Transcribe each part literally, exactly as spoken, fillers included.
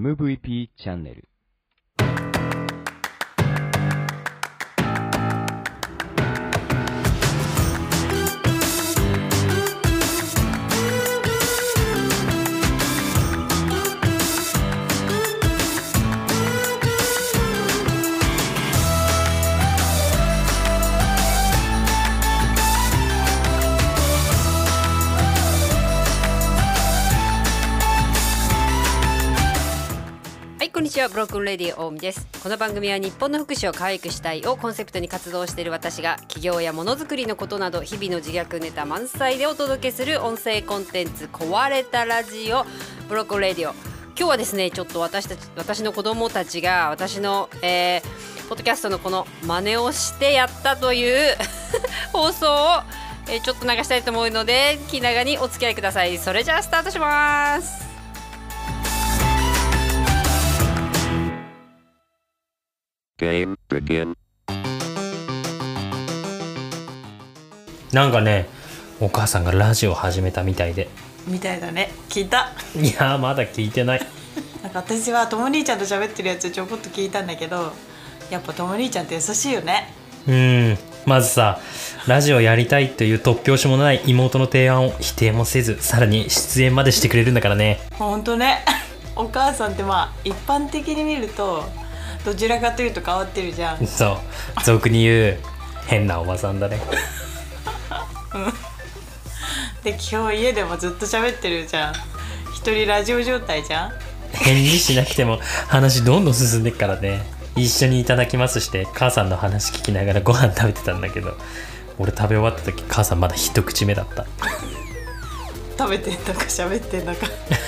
エムブイピー チャンネル。 こんにちは、ブロークンレディオ大海です。この番組は日本の福祉を可愛くしたいをコンセプトに活動している私が企業やものづくりのことなど日々の自虐ネタ満載でお届けする音声コンテンツ壊れたラジオブロークンレディオ。今日はですね、ちょっと私たち私の子供たちが私の、えー、ポッドキャストのこの真似をしてやったという放送を、えー、ちょっと流したいと思うので気長にお付き合いください。それじゃあスタートします。 Game begin. なんかね、お母さんがラジオ始めたみたいで。 みたいだね。聞いた。 いやまだ聞いてない。 なんか私はとも兄ちゃんと喋ってるやつちょこっと聞いたんだけど、やっぱとも兄ちゃんって優しいよね。 うーん、まずさ、ラジオやりたいという突拍子もない妹の提案を否定もせず、さらに出演までしてくれるんだからね。 ほんとね。お母さんってまあ一般的に見るとどちらかというと変わってるじゃん。 そう、俗に言う変なおばさんだね。 うん。で今日家でもずっと喋ってるじゃん。一人ラジオ状態じゃん。 返事しなくても話どんどん進んでっからね。一緒にいただきますして母さんの話聞きながらご飯食べてたんだけど、俺食べ終わった時母さんまだ一口目だった。 食べてんだか喋ってんだか。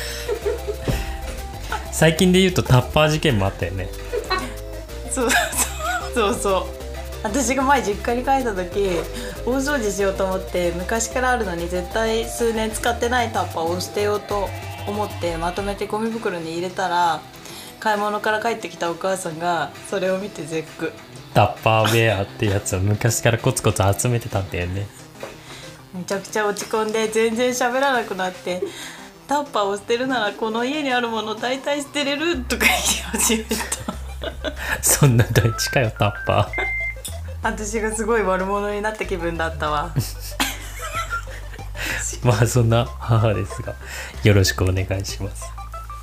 最近で言うとタッパー事件もあったよね。 そうそうそうそう。私が前実家に帰った時大掃除しようと思って昔からあるのに絶対数年使ってないタッパーを捨てようと思ってまとめてゴミ袋に入れたら、買い物から帰ってきたお母さんがそれを見て絶句。 タッパーベアってやつを昔からコツコツ集めてたんだよね。 めちゃくちゃ落ち込んで全然喋らなくなって、タッパーを捨てるならこの家にあるもの大体捨てれるとか言い始めた。 そんな大地かよタッパー。 私がすごい悪者になった気分だったわ。 まあそんな母ですがよろしくお願いします。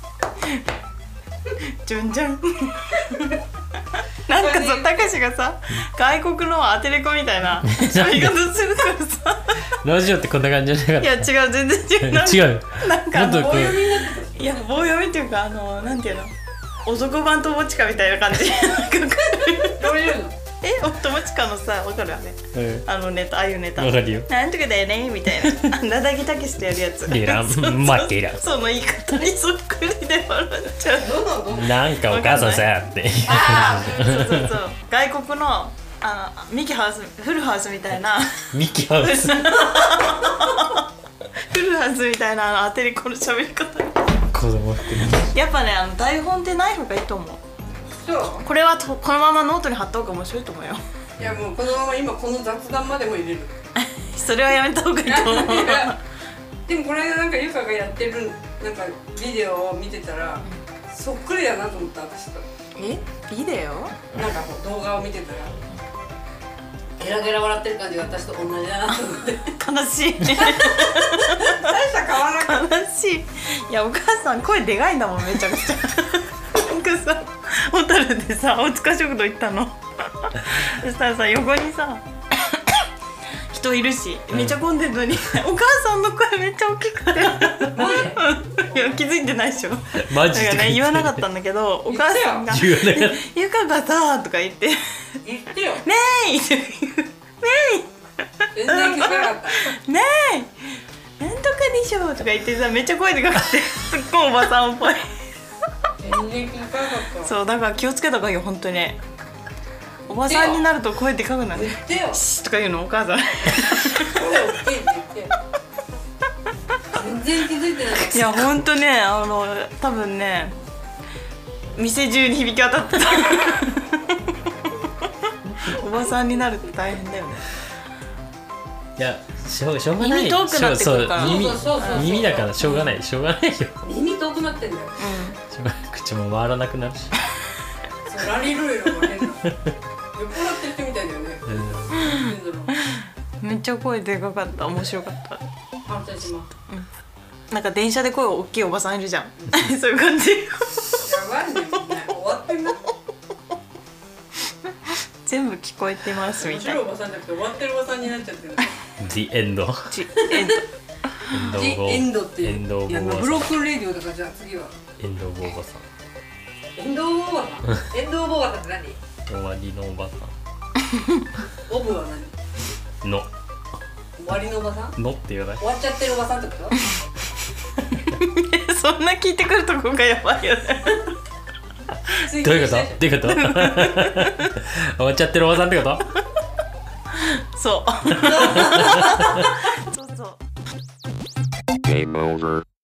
じゅんじゅん。なんかさ、たかしがさ外国のアテレコみたいな喋り方するからさ。 ラジオってこんな感じじゃなかった。 いや違う、全然違う。 違う。 なんかあのもっとこう棒読みになって、いや棒読みっていうか、あのなんていうの、男版友近みたいな感じ。どういうの？え、友近のさ、わかるあれ、うん、あのネタ、ああいうネタわかるよ。なんとかだよねみたいな。なだぎたけしとやるやつ。 リランマッキラ。 その言い方にそっくりで笑っちゃう。 なんかお母さんさって。 ああ、そうそうそう。外国のあのミキハウス、フルハウスみたいな。 ミキハウス。 フルハウスみたいなあのアテレコの喋り方。 子供って。 やっぱね、あの台本ってない方がいいと思う。これはとこのままノートに貼った方が面白いと思うよ。 いやもうこのまま今この雑談までも入れる。 それはやめた方がいいと思う。 でもこの間なんかゆかがやってるなんかビデオを見てたらそっくりだなと思った私と。 え、ビデオ？ なんかこう動画を見てたらゲラゲラ笑ってる感じが私と同じだなと思って。 悲しい。 大した変わらなかった。 悲しい。いやお母さん声でかいんだもん、めちゃくちゃ。なんかさ、小樽でさ、大塚食堂行ったの。そしたらさ、横にさ人いるし、めっちゃ混んでるのに、うん、お母さんの声めっちゃ大きくて。いや気づいてないでしょ。 マジで、 ね、言わなかったんだけど、お母さんが「ゆかがさ」とか言って 「言ってよ」 ねえい」ねえ全然聞かなかった。 ねえなんとかでしょとか言ってさ、めっちゃ声でかくてすっごいおばさんっぽい。 全然聞かなかった。 そうだから気をつけた方がいいよ本当に。おばさんになると声でかくなる。 言ってよ。 シーとか言うのお母さん。 声大きいって言ってよ。全然気づいてない。 いや本当ね、あの多分ね店中に響き渡ってた。おばさんになるって大変だよね。 いやしょうしょうがない耳遠くなってくるからそうそう耳そうそうそうそう耳だからしょうがないしょうがないよ耳遠くなってんだよ。 しょうがない口も回らなくなるしそうラリルイロが変な酔っ払ってる人みたいだよね。 うんなんだろう。 めっちゃ声でかかった。面白かった。 反対しまなんか電車で声大きいおばさんいるじゃんそういう感じ。 やばいね、みんな終わってんな。 全部聞こえてますみ面たいな。 白いおばさんじゃなくて終わってるおばさんになっちゃってる。 The end ちえっとジエンドってエンドいやボーブロックンレディオだからじゃあ次はエンドボーバさエンドウボーバさんエンドウボーバさんって何？ ん終わりのおばさオブは何？ んの終わりのおばさん？ のって言わない終わっちゃってるおばさんってこと？ そんな聞いてくるとこがやばいよね。 どういうことどういうこと終わっちゃってるおばさんってことそうそうそう。 Game over.